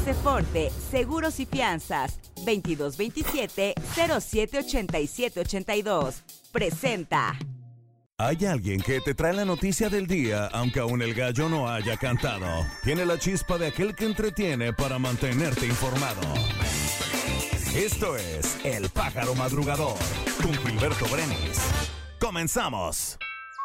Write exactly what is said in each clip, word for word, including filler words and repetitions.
Paseforte, Seguros y Fianzas, veintidós veintisiete, cero siete ochenta y siete ochenta y dos. Presenta. Hay alguien que te trae la noticia del día, aunque aún el gallo no haya cantado. Tiene la chispa de aquel que entretiene para mantenerte informado. Esto es El Pájaro Madrugador, con Gilberto Brenis. ¡Comenzamos!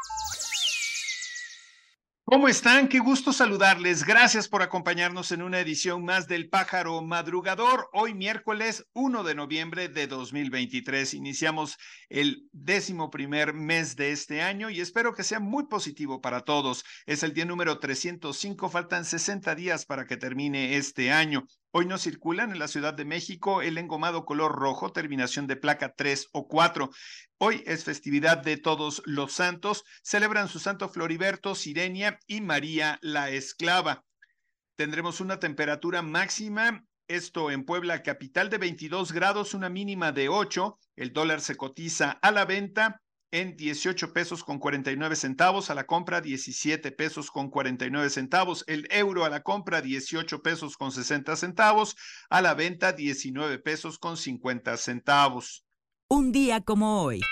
¿Cómo están? Qué gusto saludarles. Gracias por acompañarnos en una edición más del Pájaro Madrugador. Hoy miércoles uno de noviembre de dos mil veintitrés. Iniciamos el décimo primer mes de este año y espero que sea muy positivo para todos. Es el día número trescientos cinco. Faltan sesenta días para que termine este año. Hoy no circulan en la Ciudad de México el engomado color rojo, terminación de placa tres o cuatro. Hoy es festividad de Todos los Santos. Celebran su santo Floriberto, Sirenia y María la Esclava. Tendremos una temperatura máxima, esto en Puebla capital, de veintidós grados, una mínima de ocho. El dólar se cotiza a la venta en dieciocho pesos con cuarenta y nueve centavos, a la compra diecisiete pesos con cuarenta y nueve centavos, el euro a la compra dieciocho pesos con sesenta centavos, a la venta diecinueve pesos con cincuenta centavos. Un día como hoy.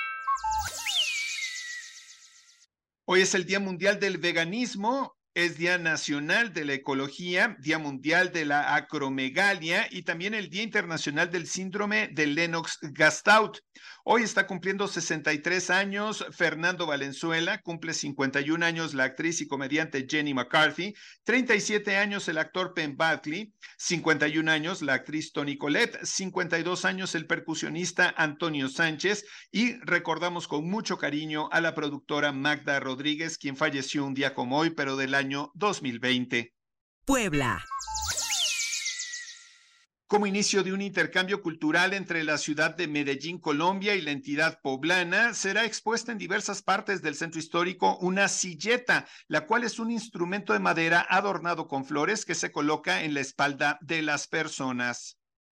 Hoy es el Día Mundial del Veganismo, es Día Nacional de la Ecología, Día Mundial de la Acromegalia y también el Día Internacional del Síndrome de Lennox-Gastaut. Hoy está cumpliendo sesenta y tres años Fernando Valenzuela, cumple cincuenta y un años la actriz y comediante Jenny McCarthy, treinta y siete años el actor Penn Badgley, cincuenta y un años la actriz Toni Collette, cincuenta y dos años el percusionista Antonio Sánchez y recordamos con mucho cariño a la productora Magda Rodríguez, quien falleció un día como hoy, pero del año dos mil veinte. Puebla. Como inicio de un intercambio cultural entre la ciudad de Medellín, Colombia, y la entidad poblana, será expuesta en diversas partes del centro histórico una silleta, la cual es un instrumento de madera adornado con flores que se coloca en la espalda de las personas.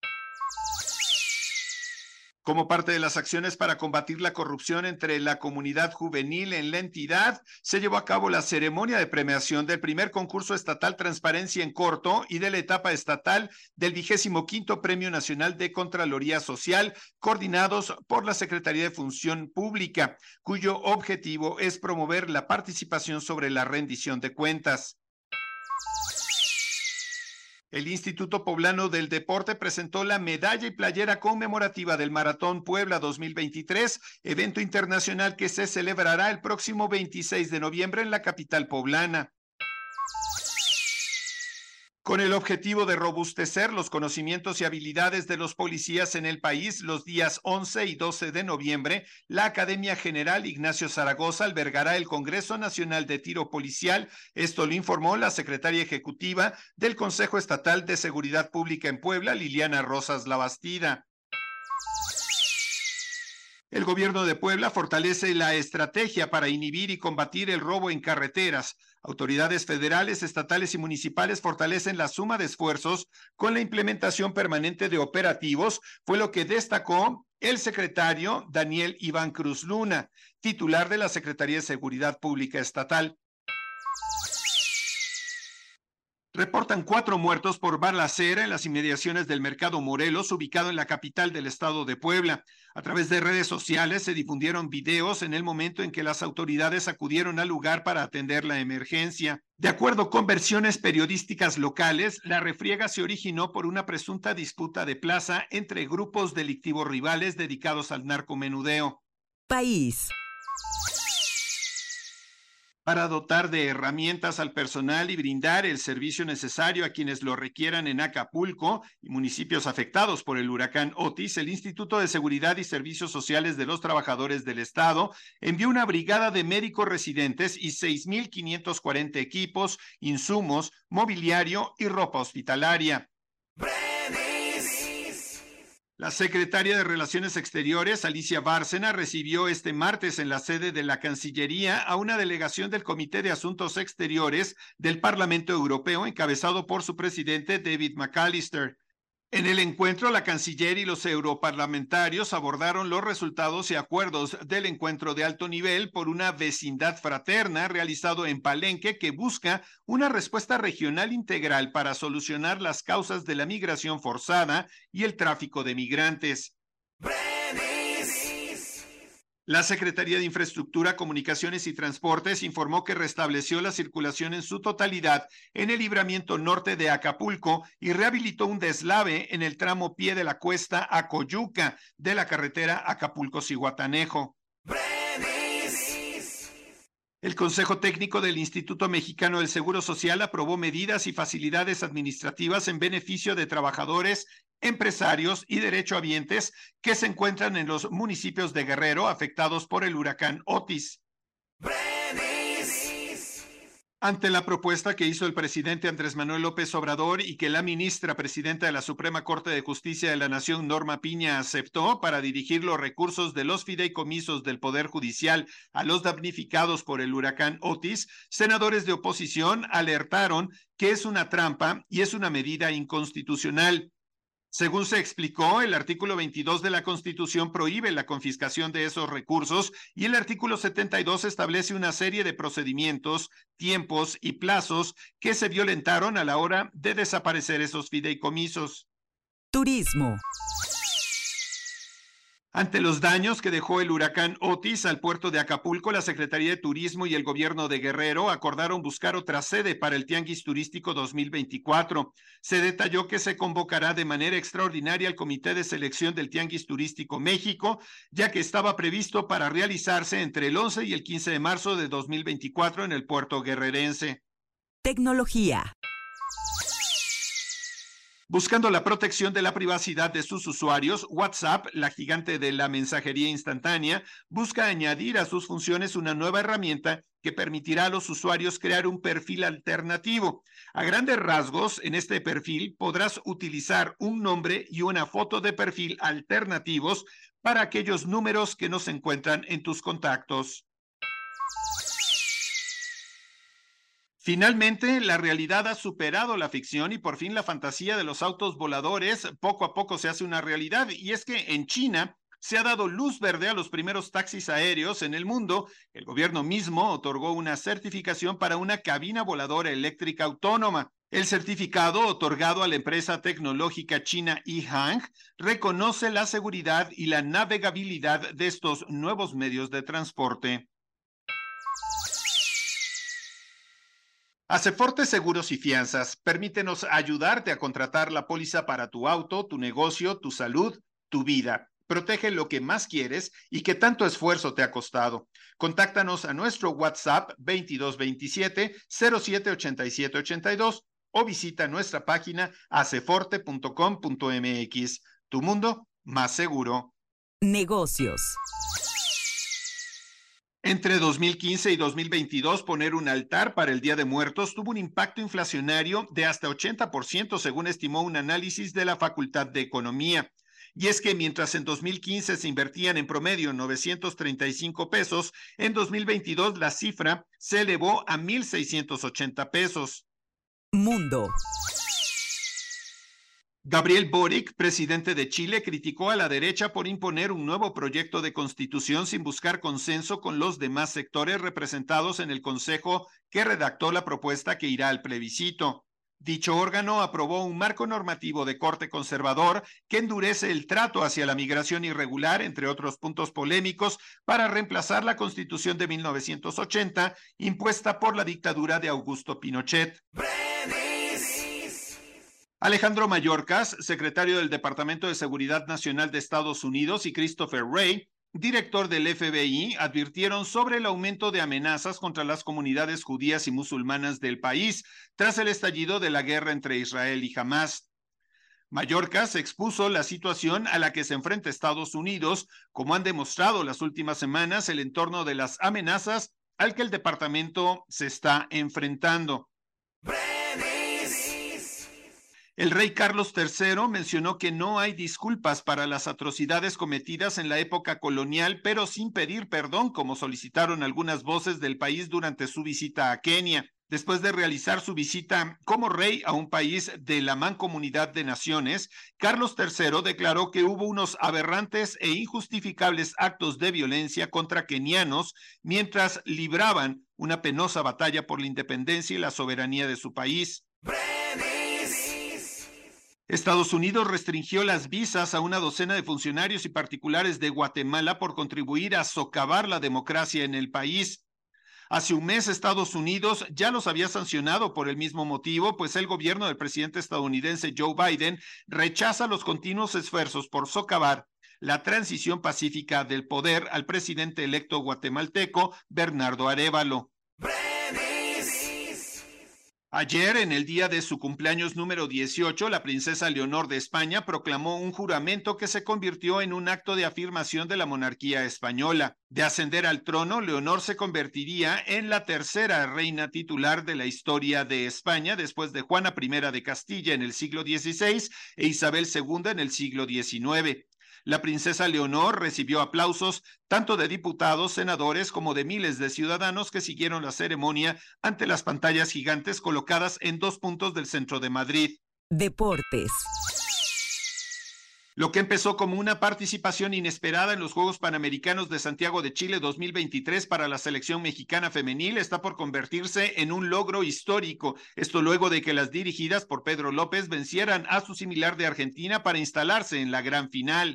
Como parte de las acciones para combatir la corrupción entre la comunidad juvenil en la entidad, se llevó a cabo la ceremonia de premiación del primer concurso estatal Transparencia en Corto y de la etapa estatal del vigésimo quinto Premio Nacional de Contraloría Social, coordinados por la Secretaría de Función Pública, cuyo objetivo es promover la participación sobre la rendición de cuentas. El Instituto Poblano del Deporte presentó la medalla y playera conmemorativa del Maratón Puebla dos mil veintitrés, evento internacional que se celebrará el próximo veintiséis de noviembre en la capital poblana. Con el objetivo de robustecer los conocimientos y habilidades de los policías en el país, los días once y doce de noviembre, la Academia General Ignacio Zaragoza albergará el Congreso Nacional de Tiro Policial. Esto lo informó la secretaria ejecutiva del Consejo Estatal de Seguridad Pública en Puebla, Liliana Rosas Labastida. El gobierno de Puebla fortalece la estrategia para inhibir y combatir el robo en carreteras. Autoridades federales, estatales y municipales fortalecen la suma de esfuerzos con la implementación permanente de operativos, fue lo que destacó el secretario Daniel Iván Cruz Luna, titular de la Secretaría de Seguridad Pública Estatal. Reportan cuatro muertos por balacera en las inmediaciones del Mercado Morelos, ubicado en la capital del estado de Puebla. A través de redes sociales se difundieron videos en el momento en que las autoridades acudieron al lugar para atender la emergencia. De acuerdo con versiones periodísticas locales, la refriega se originó por una presunta disputa de plaza entre grupos delictivos rivales dedicados al narcomenudeo. País. Para dotar de herramientas al personal y brindar el servicio necesario a quienes lo requieran en Acapulco y municipios afectados por el huracán Otis, el Instituto de Seguridad y Servicios Sociales de los Trabajadores del Estado envió una brigada de médicos residentes y seis mil quinientos cuarenta equipos, insumos, mobiliario y ropa hospitalaria. La secretaria de Relaciones Exteriores, Alicia Bárcena, recibió este martes en la sede de la Cancillería a una delegación del Comité de Asuntos Exteriores del Parlamento Europeo, encabezado por su presidente David McAllister. En el encuentro, la canciller y los europarlamentarios abordaron los resultados y acuerdos del encuentro de alto nivel por una vecindad fraterna realizado en Palenque que busca una respuesta regional integral para solucionar las causas de la migración forzada y el tráfico de migrantes. La Secretaría de Infraestructura, Comunicaciones y Transportes informó que restableció la circulación en su totalidad en el libramiento norte de Acapulco y rehabilitó un deslave en el tramo pie de la cuesta a Coyuca de la carretera Acapulco-Zihuatanejo. El Consejo Técnico del Instituto Mexicano del Seguro Social aprobó medidas y facilidades administrativas en beneficio de trabajadores, empresarios y derechohabientes que se encuentran en los municipios de Guerrero afectados por el huracán Otis. Ante la propuesta que hizo el presidente Andrés Manuel López Obrador y que la ministra presidenta de la Suprema Corte de Justicia de la Nación, Norma Piña, aceptó para dirigir los recursos de los fideicomisos del Poder Judicial a los damnificados por el huracán Otis, senadores de oposición alertaron que es una trampa y es una medida inconstitucional. Según se explicó, el artículo veintidós de la Constitución prohíbe la confiscación de esos recursos y el artículo setenta y dos establece una serie de procedimientos, tiempos y plazos que se violentaron a la hora de desaparecer esos fideicomisos. Turismo. Ante los daños que dejó el huracán Otis al puerto de Acapulco, la Secretaría de Turismo y el gobierno de Guerrero acordaron buscar otra sede para el Tianguis Turístico dos mil veinticuatro. Se detalló que se convocará de manera extraordinaria al Comité de Selección del Tianguis Turístico México, ya que estaba previsto para realizarse entre el once y el quince de marzo de dos mil veinticuatro en el puerto guerrerense. Tecnología. Buscando la protección de la privacidad de sus usuarios, WhatsApp, la gigante de la mensajería instantánea, busca añadir a sus funciones una nueva herramienta que permitirá a los usuarios crear un perfil alternativo. A grandes rasgos, en este perfil podrás utilizar un nombre y una foto de perfil alternativos para aquellos números que no se encuentran en tus contactos. Finalmente, la realidad ha superado la ficción y por fin la fantasía de los autos voladores poco a poco se hace una realidad. Y es que en China se ha dado luz verde a los primeros taxis aéreos en el mundo. El gobierno mismo otorgó una certificación para una cabina voladora eléctrica autónoma. El certificado, otorgado a la empresa tecnológica china Ehang, reconoce la seguridad y la navegabilidad de estos nuevos medios de transporte. Aceforte Seguros y Fianzas, permítenos ayudarte a contratar la póliza para tu auto, tu negocio, tu salud, tu vida. Protege lo que más quieres y que tanto esfuerzo te ha costado. Contáctanos a nuestro WhatsApp veintidós veintisiete cero siete ochenta y siete ochenta y dos o visita nuestra página aceforte punto com punto mx. Tu mundo más seguro. Negocios. Entre dos mil quince y dos mil veintidós, poner un altar para el Día de Muertos tuvo un impacto inflacionario de hasta ochenta por ciento, según estimó un análisis de la Facultad de Economía. Y es que mientras en dos mil quince se invertían en promedio novecientos treinta y cinco pesos, en dos mil veintidós la cifra se elevó a mil seiscientos ochenta pesos. Mundo. Gabriel Boric, presidente de Chile, criticó a la derecha por imponer un nuevo proyecto de constitución sin buscar consenso con los demás sectores representados en el Consejo que redactó la propuesta que irá al plebiscito. Dicho órgano aprobó un marco normativo de corte conservador que endurece el trato hacia la migración irregular, entre otros puntos polémicos, para reemplazar la Constitución de mil novecientos ochenta, impuesta por la dictadura de Augusto Pinochet. Alejandro Mayorkas, secretario del Departamento de Seguridad Nacional de Estados Unidos, y Christopher Wray, director del F B I, advirtieron sobre el aumento de amenazas contra las comunidades judías y musulmanas del país tras el estallido de la guerra entre Israel y Hamás. Mayorkas expuso la situación a la que se enfrenta Estados Unidos, como han demostrado las últimas semanas el entorno de las amenazas al que el departamento se está enfrentando. El rey Carlos tercero mencionó que no hay disculpas para las atrocidades cometidas en la época colonial, pero sin pedir perdón, como solicitaron algunas voces del país durante su visita a Kenia. Después de realizar su visita como rey a un país de la Mancomunidad de Naciones, Carlos tercero declaró que hubo unos aberrantes e injustificables actos de violencia contra kenianos mientras libraban una penosa batalla por la independencia y la soberanía de su país. Estados Unidos restringió las visas a una docena de funcionarios y particulares de Guatemala por contribuir a socavar la democracia en el país. Hace un mes Estados Unidos ya los había sancionado por el mismo motivo, pues el gobierno del presidente estadounidense Joe Biden rechaza los continuos esfuerzos por socavar la transición pacífica del poder al presidente electo guatemalteco Bernardo Arévalo. Ayer, en el día de su cumpleaños número dieciocho, la princesa Leonor de España proclamó un juramento que se convirtió en un acto de afirmación de la monarquía española. De ascender al trono, Leonor se convertiría en la tercera reina titular de la historia de España, después de Juana primera de Castilla en el siglo dieciséis e Isabel segunda en el siglo diecinueve. La princesa Leonor recibió aplausos tanto de diputados, senadores, como de miles de ciudadanos que siguieron la ceremonia ante las pantallas gigantes colocadas en dos puntos del centro de Madrid. Deportes. Lo que empezó como una participación inesperada en los Juegos Panamericanos de Santiago de Chile dos mil veintitrés para la selección mexicana femenil está por convertirse en un logro histórico. Esto luego de que las dirigidas por Pedro López vencieran a su similar de Argentina para instalarse en la gran final.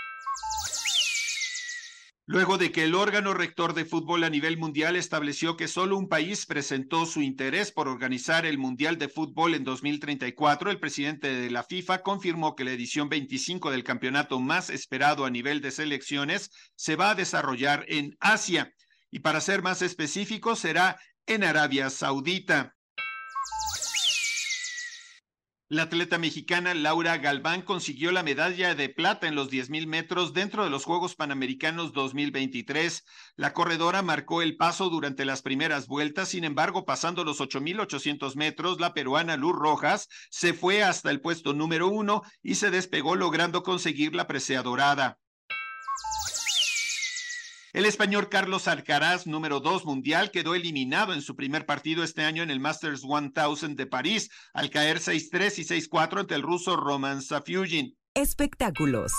Luego de que el órgano rector de fútbol a nivel mundial estableció que solo un país presentó su interés por organizar el Mundial de Fútbol en dos mil treinta y cuatro, el presidente de la FIFA confirmó que la edición veinticinco del campeonato más esperado a nivel de selecciones se va a desarrollar en Asia y, para ser más específico, será en Arabia Saudita. La atleta mexicana Laura Galván consiguió la medalla de plata en los diez mil metros dentro de los Juegos Panamericanos dos mil veintitrés. La corredora marcó el paso durante las primeras vueltas, sin embargo, pasando los ocho mil ochocientos metros, la peruana Luz Rojas se fue hasta el puesto número uno y se despegó logrando conseguir la presea dorada. El español Carlos Alcaraz, número dos mundial, quedó eliminado en su primer partido este año en el Masters mil de París, al caer seis tres y seis cuatro ante el ruso Roman Safiullin. Espectáculos.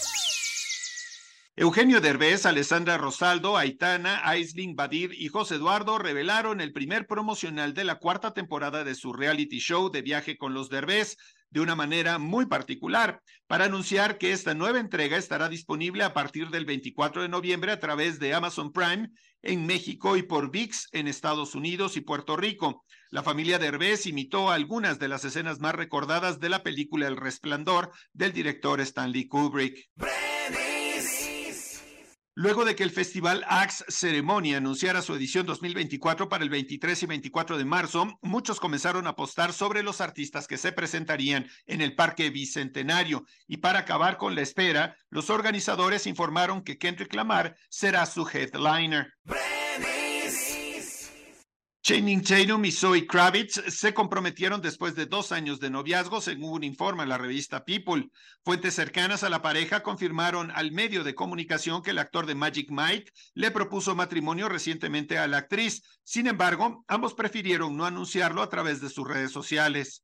Eugenio Derbez, Alessandra Rosaldo, Aitana, Aisling Badir y José Eduardo revelaron el primer promocional de la cuarta temporada de su reality show de Viaje con los Derbez, de una manera muy particular, para anunciar que esta nueva entrega estará disponible a partir del veinticuatro de noviembre a través de Amazon Prime en México y por ViX en Estados Unidos y Puerto Rico. La familia Derbez imitó algunas de las escenas más recordadas de la película El Resplandor del director Stanley Kubrick. Luego de que el Festival Axe Ceremony anunciara su edición dos mil veinticuatro para el veintitrés y veinticuatro de marzo, muchos comenzaron a apostar sobre los artistas que se presentarían en el Parque Bicentenario. Y para acabar con la espera, los organizadores informaron que Kendrick Lamar será su headliner. Channing Tatum y Zoe Kravitz se comprometieron después de dos años de noviazgo, según informa la revista People. Fuentes cercanas a la pareja confirmaron al medio de comunicación que el actor de Magic Mike le propuso matrimonio recientemente a la actriz. Sin embargo, ambos prefirieron no anunciarlo a través de sus redes sociales.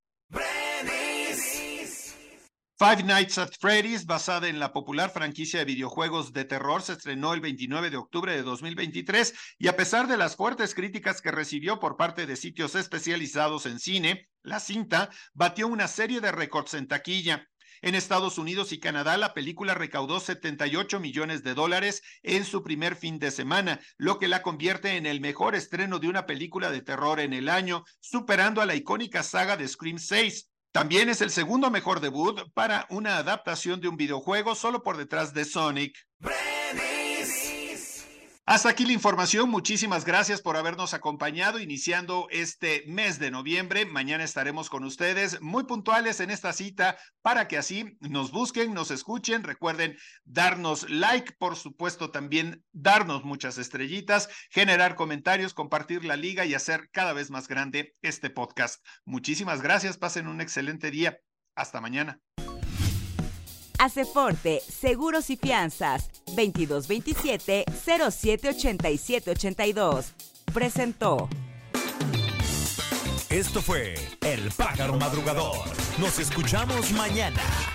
Five Nights at Freddy's, basada en la popular franquicia de videojuegos de terror, se estrenó el veintinueve de octubre de dos mil veintitrés y a pesar de las fuertes críticas que recibió por parte de sitios especializados en cine, la cinta batió una serie de récords en taquilla. En Estados Unidos y Canadá, la película recaudó setenta y ocho millones de dólares en su primer fin de semana, lo que la convierte en el mejor estreno de una película de terror en el año, superando a la icónica saga de Scream seis. También es el segundo mejor debut para una adaptación de un videojuego, solo por detrás de Sonic. Hasta aquí la información. Muchísimas gracias por habernos acompañado iniciando este mes de noviembre. Mañana estaremos con ustedes muy puntuales en esta cita para que así nos busquen, nos escuchen. Recuerden darnos like, por supuesto también darnos muchas estrellitas, generar comentarios, compartir la liga y hacer cada vez más grande este podcast. Muchísimas gracias. Pasen un excelente día. Hasta mañana. Aceforte, Seguros y Fianzas, veintidós veintisiete cero siete ochenta y siete ochenta y dos. Presentó. Esto fue El Pájaro Madrugador. Nos escuchamos mañana.